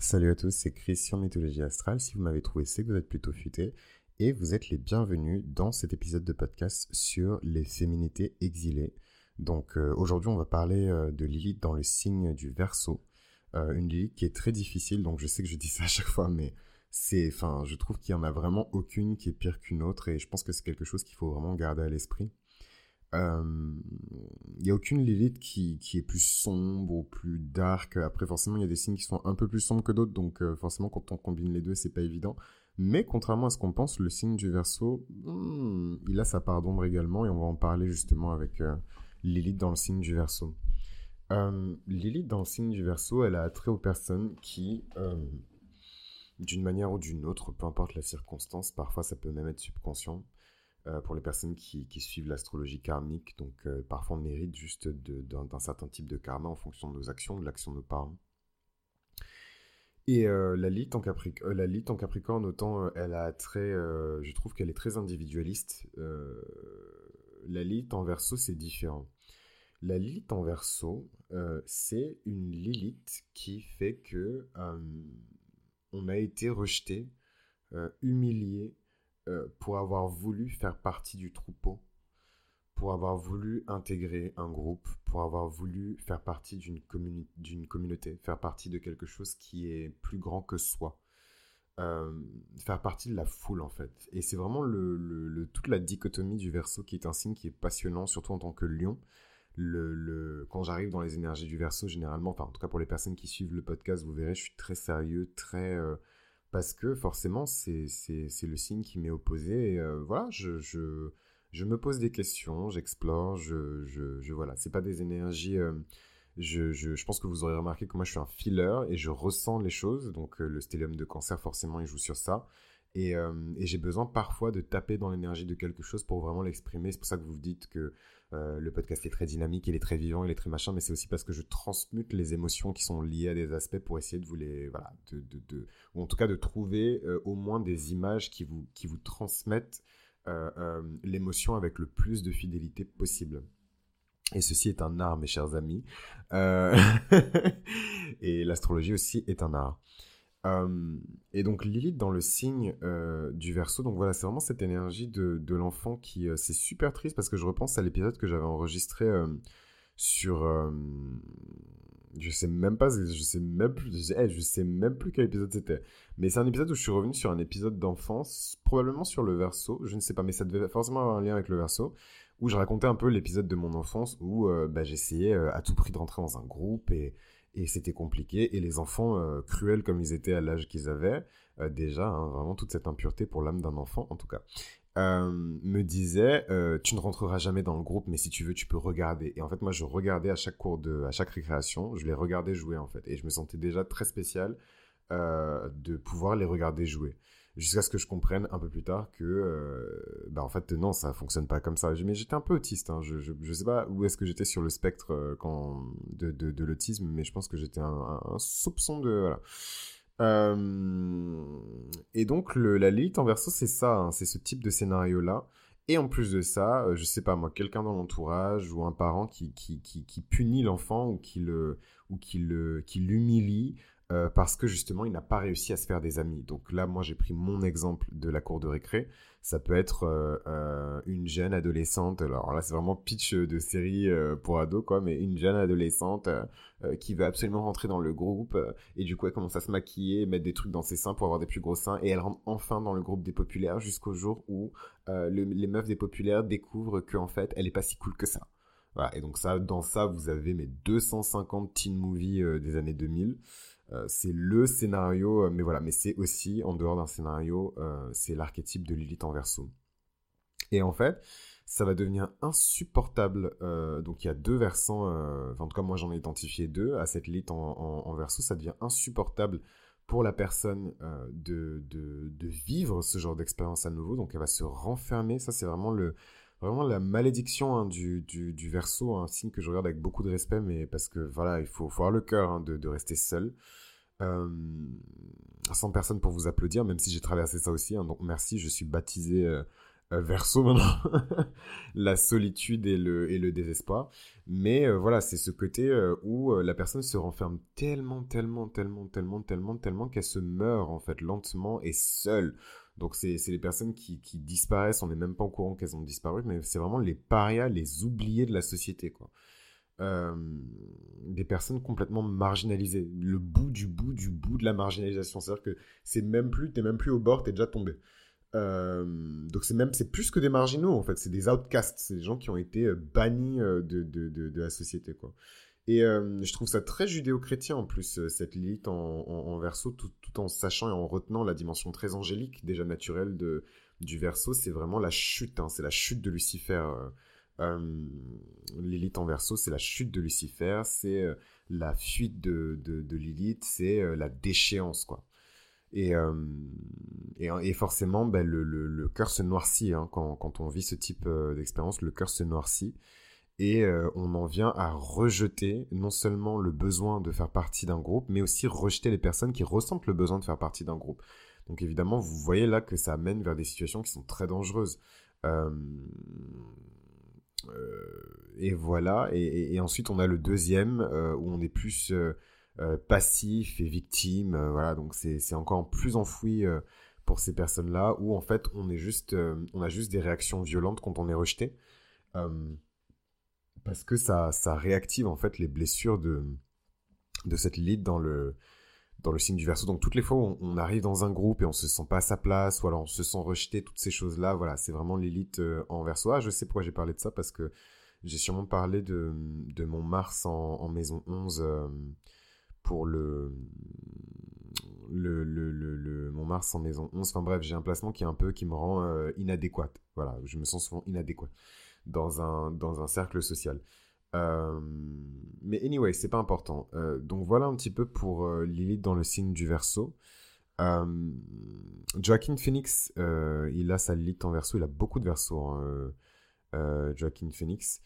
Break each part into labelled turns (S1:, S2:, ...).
S1: Salut à tous, c'est Christian Mythologie Astrale. Si vous m'avez trouvé, c'est que vous êtes plutôt futé. Et vous êtes les bienvenus dans cet épisode de podcast sur les féminités exilées. Donc aujourd'hui, on va parler de Lilith dans le signe du Verseau. Une Lilith qui est très difficile, donc je sais que je dis ça à chaque fois, mais je trouve qu'il n'y en a vraiment aucune qui est pire qu'une autre. Et je pense que c'est quelque chose qu'il faut vraiment garder à l'esprit. Il n'y a aucune Lilith qui est plus sombre ou plus dark. Après, forcément, il y a des signes qui sont un peu plus sombres que d'autres, donc forcément, quand on combine les deux, c'est pas évident. Mais contrairement à ce qu'on pense, le signe du Verseau, il a sa part d'ombre également, et on va en parler justement avec Lilith dans le signe du Verseau. Lilith dans le signe du Verseau, elle a attrait aux personnes qui, d'une manière ou d'une autre, peu importe la circonstance, parfois ça peut même être subconscient, pour les personnes qui suivent l'astrologie karmique. Donc parfois on hérite juste d'un certain type de karma en fonction de nos actions, de l'action de nos parents. Et la Lilith en Capricorne, autant elle a attrait, je trouve qu'elle est très individualiste. La Lilith en Verseau, c'est différent. La Lilith en Verseau, c'est une Lilith qui fait que on a été rejeté, humilié, pour avoir voulu faire partie du troupeau, pour avoir voulu intégrer un groupe, pour avoir voulu faire partie d'une communauté, faire partie de quelque chose qui est plus grand que soi, faire partie de la foule en fait. Et c'est vraiment toute la dichotomie du Verseau qui est un signe qui est passionnant, surtout en tant que lion. Quand j'arrive dans les énergies du Verseau, généralement, enfin en tout cas pour les personnes qui suivent le podcast, vous verrez, je suis très sérieux, très... parce que forcément, c'est le signe qui m'est opposé. Et voilà, je me pose des questions, j'explore, voilà. C'est pas des énergies... je pense que vous aurez remarqué que moi, je suis un feeler et je ressens les choses. Donc, le stellium de Cancer, forcément, il joue sur ça. Et j'ai besoin parfois de taper dans l'énergie de quelque chose pour vraiment l'exprimer. C'est pour ça que vous vous dites que le podcast est très dynamique, il est très vivant, il est très machin, mais c'est aussi parce que je transmute les émotions qui sont liées à des aspects pour essayer de vous les... Voilà, ou en tout cas de trouver au moins des images qui vous transmettent l'émotion avec le plus de fidélité possible. Et ceci est un art, mes chers amis. Et l'astrologie aussi est un art. Et donc Lilith dans le signe du Verseau, donc voilà, c'est vraiment cette énergie de l'enfant qui c'est super triste parce que je repense à l'épisode que j'avais enregistré sur je sais même plus quel épisode c'était, mais c'est un épisode où je suis revenu sur un épisode d'enfance, probablement sur le Verseau, je ne sais pas, mais ça devait forcément avoir un lien avec le Verseau, où je racontais un peu l'épisode de mon enfance où j'essayais à tout prix de rentrer dans un groupe et c'était compliqué. Et les enfants, cruels comme ils étaient à l'âge qu'ils avaient, déjà, hein, vraiment toute cette impureté pour l'âme d'un enfant, en tout cas, me disaient tu ne rentreras jamais dans le groupe, mais si tu veux, tu peux regarder. Et en fait, moi, je regardais à chaque à chaque récréation, je les regardais jouer, en fait. Et je me sentais déjà très spécial de pouvoir les regarder jouer. Jusqu'à ce que je comprenne un peu plus tard que, en fait, non, ça fonctionne pas comme ça. Mais j'étais un peu autiste, hein. Je sais pas où est-ce que j'étais sur le spectre de l'autisme, mais je pense que j'étais un soupçon de... Voilà. Et donc, la Lilith en Verseau, c'est ça, hein, c'est ce type de scénario-là. Et en plus de ça, je sais pas moi, quelqu'un dans l'entourage ou un parent qui punit l'enfant ou qui l'humilie parce que justement il n'a pas réussi à se faire des amis. Donc là, moi j'ai pris mon exemple de la cour de récré. Ça peut être une jeune adolescente, alors là c'est vraiment pitch de série pour ados quoi, mais une jeune adolescente qui veut absolument rentrer dans le groupe et du coup elle commence à se maquiller, mettre des trucs dans ses seins pour avoir des plus gros seins et elle rentre enfin dans le groupe des populaires jusqu'au jour où les meufs des populaires découvrent qu'en fait elle est pas si cool que ça. Voilà, et donc dans ça vous avez mes 250 teen movies des années 2000. C'est le scénario, mais voilà, mais c'est aussi, en dehors d'un scénario, c'est l'archétype de Lilith en Verseau. Et en fait, ça va devenir insupportable. Donc il y a deux versants, en tout cas moi j'en ai identifié deux, à cette Lilith en Verseau, ça devient insupportable pour la personne de vivre ce genre d'expérience à nouveau, donc elle va se renfermer, ça c'est vraiment la malédiction hein, du Verseau, un signe que je regarde avec beaucoup de respect, mais parce que voilà, il faut avoir le cœur hein, de rester seul. Sans personne pour vous applaudir, même si j'ai traversé ça aussi. Hein, donc merci, je suis baptisé Verseau maintenant, la solitude et le désespoir. Mais voilà, c'est ce côté où la personne se renferme tellement qu'elle se meurt en fait lentement et seule. Donc c'est les personnes qui disparaissent, on n'est même pas au courant qu'elles ont disparu, mais c'est vraiment les parias, les oubliés de la société, quoi. Euh, des personnes complètement marginalisées, le bout de la marginalisation. C'est-à-dire que t'es même plus au bord, t'es déjà tombé. Donc c'est plus que des marginaux en fait, c'est des outcasts, c'est des gens qui ont été bannis de la société, quoi. Et je trouve ça très judéo-chrétien en plus, cette Lilith en Verseau, tout en sachant et en retenant la dimension très angélique, déjà naturelle du Verseau, c'est vraiment la chute, hein, c'est la chute de Lucifer. Lilith en Verseau, c'est la chute de Lucifer, c'est la fuite de Lilith, c'est la déchéance, quoi. Et forcément, ben, le cœur se noircit, hein, quand on vit ce type d'expérience, le cœur se noircit. Et on en vient à rejeter non seulement le besoin de faire partie d'un groupe, mais aussi rejeter les personnes qui ressentent le besoin de faire partie d'un groupe. Donc évidemment, vous voyez là que ça amène vers des situations qui sont très dangereuses. Euh, et voilà. Et ensuite, on a le deuxième, où on est plus passif et victime. Voilà, donc c'est encore plus enfoui pour ces personnes-là, où en fait, on a juste des réactions violentes quand on est rejeté. Euh, Parce que ça réactive en fait les blessures de cette Lilith dans le signe du Verseau. Donc toutes les fois où on arrive dans un groupe et on se sent pas à sa place, ou alors on se sent rejeté, toutes ces choses-là, voilà, c'est vraiment Lilith en Verseau. Ah, je sais pourquoi j'ai parlé de ça, parce que j'ai sûrement parlé de mon Mars en maison 11 pour mon Mars en maison 11. Enfin bref, j'ai un placement qui me rend inadéquate. Voilà, je me sens souvent inadéquat dans un cercle social. Euh, mais anyway, c'est pas important. Donc voilà un petit peu pour Lilith dans le signe du Verseau. Joaquin Phoenix, il a sa Lilith en Verseau, il a beaucoup de Verseaux, hein, Joaquin Phoenix.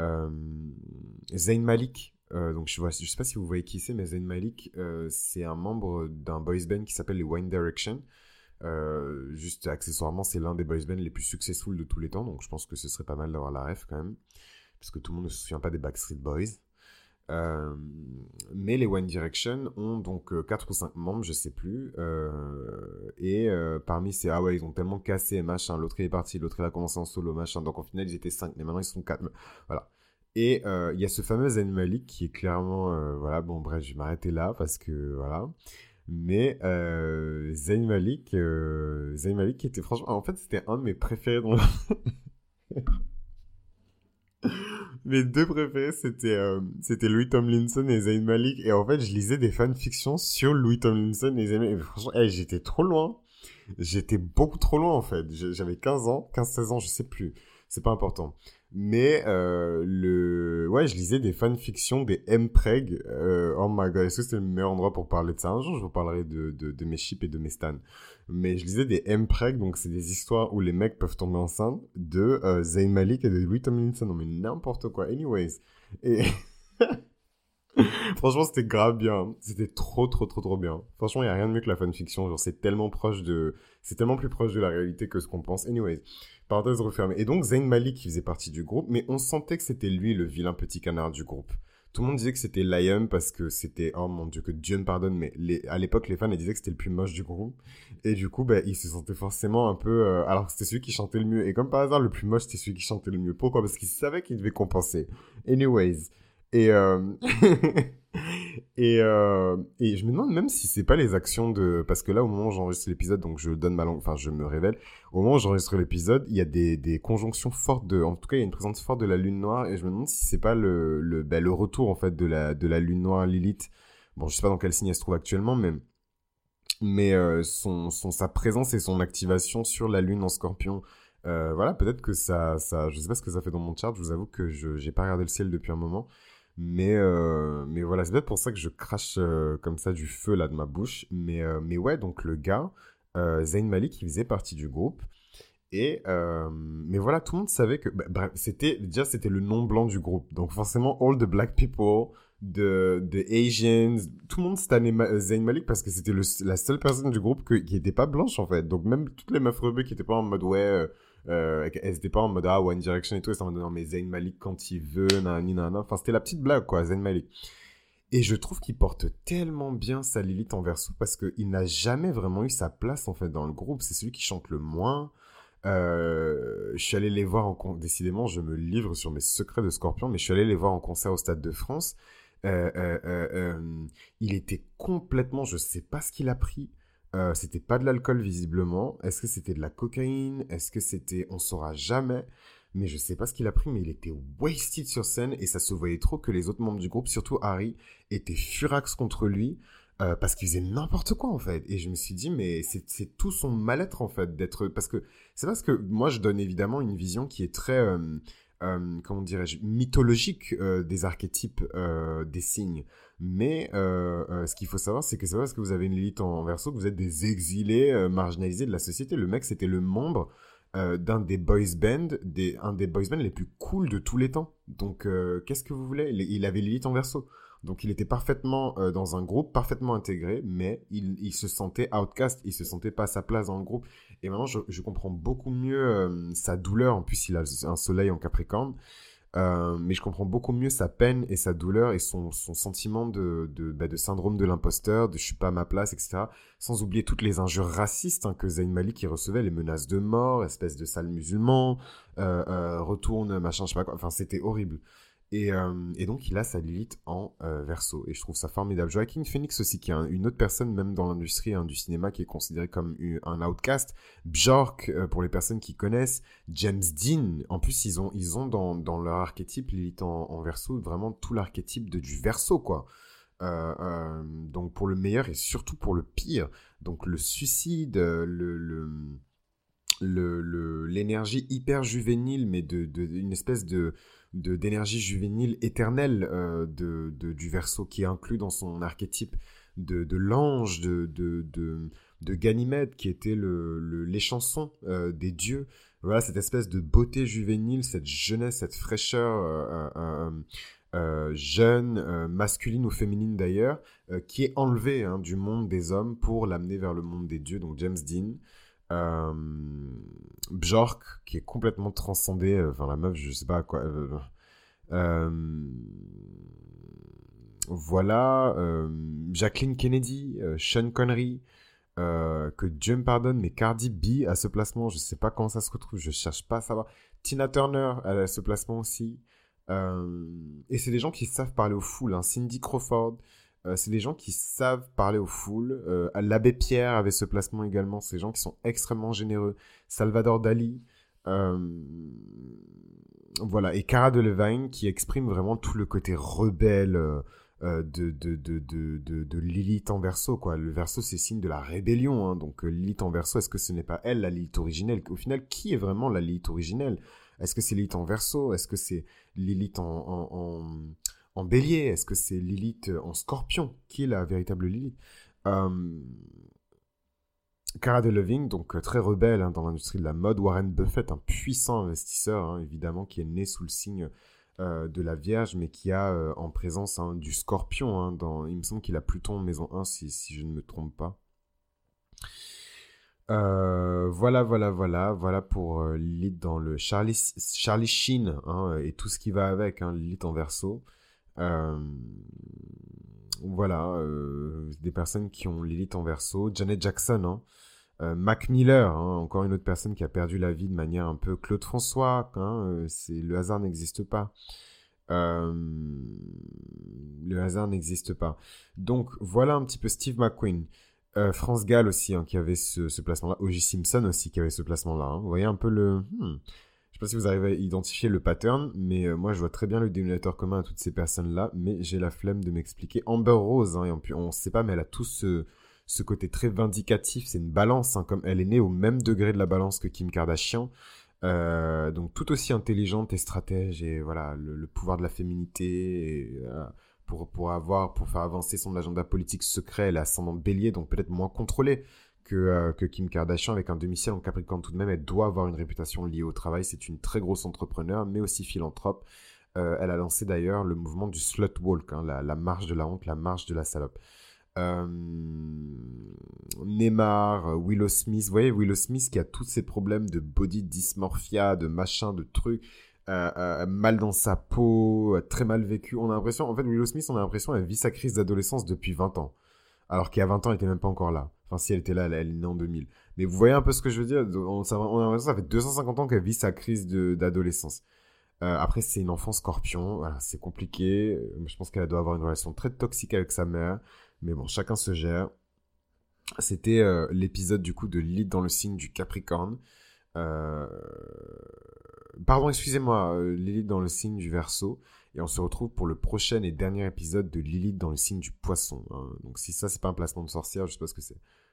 S1: Zayn Malik, donc je sais pas si vous voyez qui c'est, mais Zayn Malik, c'est un membre d'un boys band qui s'appelle les One Direction. Juste accessoirement, c'est l'un des boys bands les plus successful de tous les temps, donc je pense que ce serait pas mal d'avoir la ref quand même, parce que tout le monde ne se souvient pas des Backstreet Boys. Mais les One Direction ont donc 4 ou 5 membres, je sais plus, et parmi ces, ah ouais, ils ont tellement cassé, machin, l'autre il est parti, l'autre il a commencé en solo, machin, donc en final ils étaient 5, mais maintenant ils sont 4, voilà. Et il y a ce fameux Zayn Malik qui est clairement, voilà, bon bref, je vais m'arrêter là parce que voilà. Mais Zayn Malik qui était franchement, en fait, c'était un de mes préférés dans mes deux préférés, c'était Louis Tomlinson et Zayn Malik. Et en fait, je lisais des fanfictions sur Louis Tomlinson et Zayn Malik. Et franchement, j'étais trop loin. J'étais beaucoup trop loin, en fait. J'avais 15 ans, 15-16 ans, je sais plus. C'est pas important. Mais ouais, je lisais des fanfictions, des M-Preg. Oh my god, est-ce que c'est le meilleur endroit pour parler de ça? Un jour, je vous parlerai de mes ships et de mes stans. Mais je lisais des M-Preg, donc c'est des histoires où les mecs peuvent tomber enceintes de Zayn Malik et de Louis Tomlinson. Non mais n'importe quoi. Anyways. Et franchement, c'était grave bien. C'était trop bien. Franchement, il y a rien de mieux que la fanfiction. Genre, c'est tellement plus proche de la réalité que ce qu'on pense. Anyways. Parenthèse refermée. Et donc, Zayn Malik qui faisait partie du groupe, mais on sentait que c'était lui le vilain petit canard du groupe. Tout le monde disait que c'était Liam parce que c'était, oh mon dieu, que Dieu me pardonne, mais à l'époque, les fans, ils disaient que c'était le plus moche du groupe. Et du coup, bah, il se sentait forcément un peu, alors que c'était celui qui chantait le mieux. Et comme par hasard, le plus moche, c'était celui qui chantait le mieux. Pourquoi? Parce qu'il savait qu'il devait compenser. Anyways. Et, et je me demande même si c'est pas les actions de, parce que là, au moment où j'enregistre l'épisode, donc je donne ma langue, enfin, je me révèle. Au moment où j'enregistre l'épisode, il y a des conjonctions fortes en tout cas, il y a une présence forte de la lune noire, et je me demande si c'est pas le retour, en fait, de la lune noire Lilith. Bon, je sais pas dans quel signe elle se trouve actuellement, mais sa présence et son activation sur la lune en Scorpion, voilà, peut-être que je sais pas ce que ça fait dans mon chart, je vous avoue que j'ai pas regardé le ciel depuis un moment. Mais voilà, c'est peut-être pour ça que je crache comme ça du feu là de ma bouche. Mais ouais, donc le gars, Zayn Malik, il faisait partie du groupe. Mais voilà, tout le monde savait que... bref, c'était le nom blanc du groupe. Donc forcément, all the black people, the Asians, tout le monde stannait Zayn Malik parce que c'était la seule personne du groupe qui était pas blanche en fait. Donc même toutes les meufs rebelles qui étaient pas en mode ouais... Elle était pas en mode ah One Direction et tout, elle en mode non mais Zayn Malik quand il veut, nanani nanana. Enfin c'était la petite blague quoi, Zayn Malik. Et je trouve qu'il porte tellement bien sa Lilith en verso parce qu'il n'a jamais vraiment eu sa place en fait dans le groupe. C'est celui qui chante le moins. Je suis allé les voir décidément, je me livre sur mes secrets de Scorpion, mais je suis allé les voir en concert au Stade de France. Euh, euh, euh, il était complètement, je sais pas ce qu'il a pris. C'était pas de l'alcool visiblement. Est-ce que c'était de la cocaïne? Est-ce que c'était, on saura jamais. Mais je sais pas ce qu'il a pris, mais il était wasted sur scène et ça se voyait trop que les autres membres du groupe, surtout Harry, étaient furax contre lui. Parce qu'il faisait n'importe quoi en fait. Et je me suis dit, mais c'est tout son mal-être en fait d'être. Parce que c'est parce que moi je donne évidemment une vision qui est très, comment dirais-je, mythologique des archétypes, des signes. Mais ce qu'il faut savoir, c'est que c'est pas parce que vous avez une Lilith en verso que vous êtes des exilés marginalisés de la société. Le mec, c'était le membre d'un des boys bands, un des boys bands les plus cool de tous les temps. Donc, qu'est-ce que vous voulez? Il avait Lilith en verso. Donc il était parfaitement dans un groupe, parfaitement intégré, mais il se sentait outcast, il se sentait pas à sa place dans le groupe. Et maintenant, je comprends beaucoup mieux sa douleur. En plus, il a un soleil en Capricorne. Mais je comprends beaucoup mieux sa peine et sa douleur et son sentiment de syndrome de l'imposteur, de je suis pas à ma place, etc. Sans oublier toutes les injures racistes que Zayn Malik il recevait, les menaces de mort, espèce de sale musulman, retourne, machin, je sais pas quoi. Enfin, c'était horrible. Et donc, il a sa Lilith en verso. Et je trouve ça formidable. Joaquin Phoenix aussi, qui est une autre personne, même dans l'industrie du cinéma, qui est considérée comme un outcast. Björk, pour les personnes qui connaissent. James Dean. En plus, ils ont dans leur archétype, Lilith en verso, vraiment tout l'archétype du verso, quoi. Donc, pour le meilleur et surtout pour le pire. Donc, le suicide, l'énergie hyper juvénile, mais une espèce d'énergie juvénile éternelle du Verseau qui est inclus dans son archétype de l'ange, de Ganymède qui était les chansons des dieux. Voilà, cette espèce de beauté juvénile, cette jeunesse, cette fraîcheur jeune, masculine ou féminine d'ailleurs, qui est enlevée du monde des hommes pour l'amener vers le monde des dieux. Donc James Dean. Björk qui est complètement transcendée, enfin la meuf je sais pas à quoi, voilà, Jacqueline Kennedy, Sean Connery, que Dieu me pardonne, mais Cardi B a ce placement, je sais pas comment ça se retrouve, je cherche pas à savoir. Tina Turner elle a ce placement aussi, et c'est des gens qui savent parler aux foules, Cindy Crawford. C'est des gens qui savent parler aux foules. L'abbé Pierre avait ce placement également. C'est des gens qui sont extrêmement généreux. Salvador Dali. Voilà. Et Cara Delevingne qui exprime vraiment tout le côté rebelle de Lilith en verso, quoi. Le verso, c'est signe de la rébellion. Donc Lilith en verso, est-ce que ce n'est pas elle, la Lilith originelle? Au final, qui est vraiment la Lilith originelle? Est-ce que c'est Lilith en verso? Est-ce que c'est Lilith en bélier? Est-ce que c'est Lilith en scorpion? Qui est la véritable Lilith? Cara Delevingne, donc très rebelle dans l'industrie de la mode. Warren Buffett, un puissant investisseur, évidemment, qui est né sous le signe de la Vierge, mais qui a en présence du scorpion. Il me semble qu'il a Pluton en maison 1, si je ne me trompe pas. Voilà pour Lilith dans le Charlie Sheen, et tout ce qui va avec, Lilith en verso. Voilà, des personnes qui ont Lilith en verso. Janet Jackson, Mac Miller, encore une autre personne qui a perdu la vie de manière un peu Claude François, le hasard n'existe pas. Le hasard n'existe pas. Donc voilà un petit peu Steve McQueen. France Gall aussi, qui avait ce placement-là. O.J. Simpson aussi qui avait ce placement-là. Vous voyez un peu le... Je sais pas si vous arrivez à identifier le pattern, mais moi je vois très bien le dénominateur commun à toutes ces personnes-là, mais j'ai la flemme de m'expliquer. Amber Rose, et on sait pas, mais elle a tout ce côté très vindicatif, c'est une balance, comme elle est née au même degré de la balance que Kim Kardashian, donc tout aussi intelligente et stratège, et voilà, le pouvoir de la féminité, et, pour faire avancer son agenda politique secret, elle est ascendant Bélier, donc peut-être moins contrôlée que Kim Kardashian, avec un demi-ciel en Capricorne tout de même. Elle doit avoir une réputation liée au travail. C'est une très grosse entrepreneur, mais aussi philanthrope. Elle a lancé d'ailleurs le mouvement du slut walk, la marche de la honte, la marche de la salope. Neymar, Willow Smith. Vous voyez, Willow Smith qui a tous ces problèmes de body dysmorphia, de machin, de trucs, mal dans sa peau, très mal vécu. On a l'impression, en fait, Willow Smith, on a l'impression qu'elle vit sa crise d'adolescence depuis 20 ans. Alors qu'à 20 ans, elle était même pas encore là. Enfin, si elle était là, elle est née en 2000. Mais vous voyez un peu ce que je veux dire? On a l'impression que ça fait 250 ans qu'elle vit sa crise d'adolescence. Après, c'est une enfant scorpion. Voilà, c'est compliqué. Je pense qu'elle doit avoir une relation très toxique avec sa mère. Mais bon, chacun se gère. C'était l'épisode du coup de Lilith dans le signe du Capricorne. Euh, Pardon, excusez-moi, Lilith dans le signe du Verseau. Et on se retrouve pour le prochain et dernier épisode de Lilith dans le signe du Poisson. Hein. Donc si ça, c'est pas un placement de sorcière, je sais pas ce que c'est.